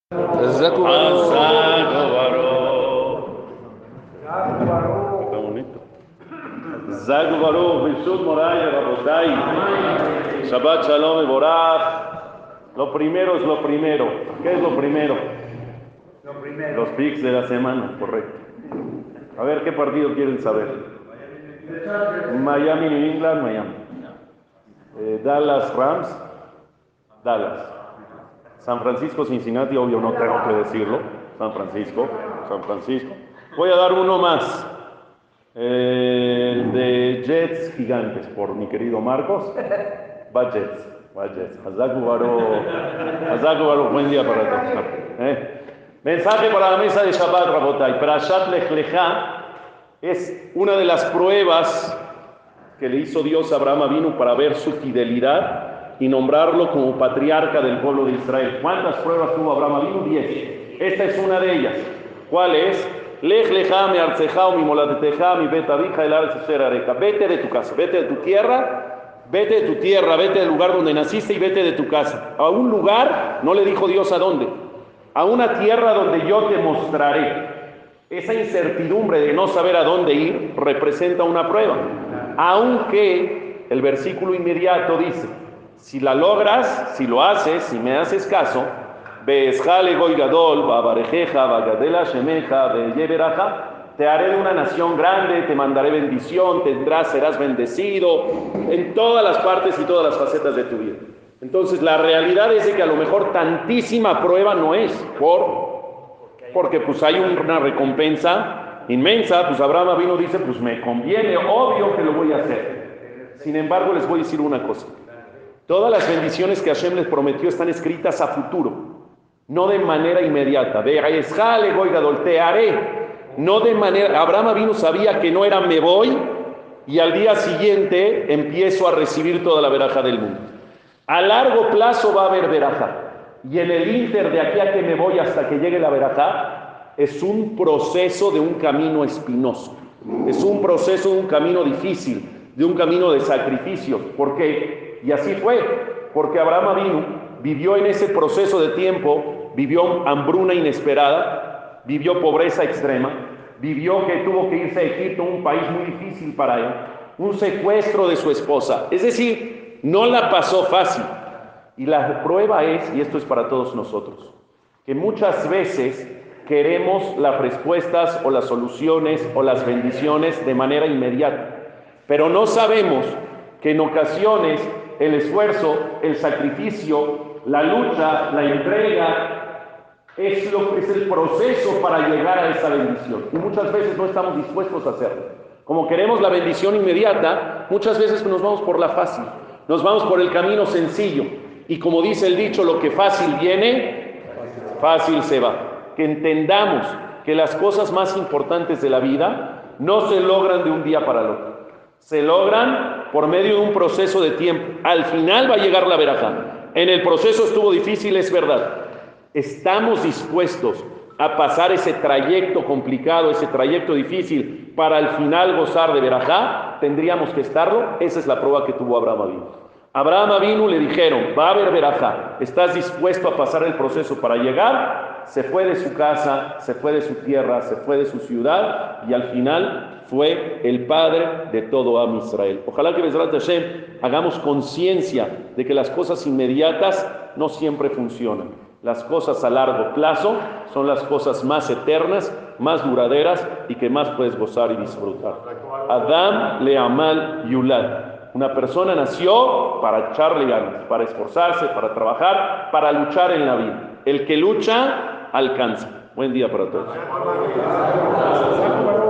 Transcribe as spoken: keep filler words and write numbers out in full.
Zaku Está bonito. Zaku Baruch, Bishut Moraya, Rabotai. Shabbat Shalom y Boraj. Lo primero es lo primero. ¿Qué es lo primero? Lo primero. Los picks de la semana, correcto. A ver, ¿qué partido quieren saber? Miami, New England, Miami. Eh, Dallas, Rams, Dallas. San Francisco, Cincinnati, obvio no tengo que decirlo. San Francisco, San Francisco. Voy a dar uno más. El de Jets Gigantes, por mi querido Marcos. Va Jets, va Jets. Hazaku Baruch, Hazaku Baruch, buen día para todos. ¿Eh? Mensaje para la mesa de Shabbat, Rabotai. Parashat Lech Lecha es una de las pruebas que le hizo Dios a Abraham Avinu para ver su fidelidad y nombrarlo como patriarca del pueblo de Israel. ¿Cuántas pruebas tuvo Abraham Avinu? Diez. Esta es una de ellas. ¿Cuál es? Lech lecha mi arceja o mi molateteja mi betabija el arce areca. Vete de tu casa, vete de tu tierra, vete de tu tierra, vete del lugar donde naciste y vete de tu casa. A un lugar, no le dijo Dios a dónde, a una tierra donde yo te mostraré. Esa incertidumbre de no saber a dónde ir representa una prueba. Aunque el versículo inmediato dice, si la logras, si lo haces, si me haces caso, te haré de una nación grande, te mandaré bendición, tendrás, serás bendecido en todas las partes y todas las facetas de tu vida. Entonces la realidad es de que a lo mejor tantísima prueba no es, por, porque pues hay una recompensa inmensa. Pues Abraham vino dice, pues me conviene, obvio que lo voy a hacer. Sin embargo, les voy a decir una cosa. Todas las bendiciones que Hashem les prometió están escritas a futuro, no de manera inmediata. Te haré, no de manera. Abraham vino sabía que no era me voy y al día siguiente empiezo a recibir toda la verajá del mundo. A largo plazo va a haber verajá. Y en el inter de aquí a que me voy hasta que llegue la verajá, es un proceso de un camino espinoso. Es un proceso de un camino difícil, de un camino de sacrificios. ¿Por qué? Y así fue, porque Abraham Avinu vivió en ese proceso de tiempo, vivió hambruna inesperada, vivió pobreza extrema, vivió que tuvo que irse a Egipto, un país muy difícil para él, un secuestro de su esposa. Es decir, no la pasó fácil. Y la prueba es, y esto es para todos nosotros, que muchas veces queremos las respuestas o las soluciones o las bendiciones de manera inmediata, pero no sabemos que en ocasiones el esfuerzo, el sacrificio, la lucha, la entrega es, lo, es el proceso para llegar a esa bendición. Y muchas veces no estamos dispuestos a hacerlo. Como queremos la bendición inmediata, muchas veces nos vamos por la fácil, nos vamos por el camino sencillo. Y como dice el dicho, lo que fácil viene, fácil se va. Que entendamos que las cosas más importantes de la vida no se logran de un día para el otro. Se logran por medio de un proceso de tiempo. Al final va a llegar la verajá. En el proceso estuvo difícil, es verdad. ¿Estamos dispuestos a pasar ese trayecto complicado, ese trayecto difícil, para al final gozar de verajá? Tendríamos que estarlo. Esa es la prueba que tuvo Abraham Avinu. Abraham Avinu le dijeron, va a haber verajá. ¿Estás dispuesto a pasar el proceso para llegar? Se fue de su casa, se fue de su tierra, se fue de su ciudad y al final fue el padre de todo Am Israel. Ojalá que Bezrat Hashem hagamos conciencia de que las cosas inmediatas no siempre funcionan. Las cosas a largo plazo son las cosas más eternas, más duraderas y que más puedes gozar y disfrutar. Adam le amal yulad. Una persona nació para echarle ganas, para esforzarse, para trabajar, para luchar en la vida. El que lucha, alcanza. Buen día para todos.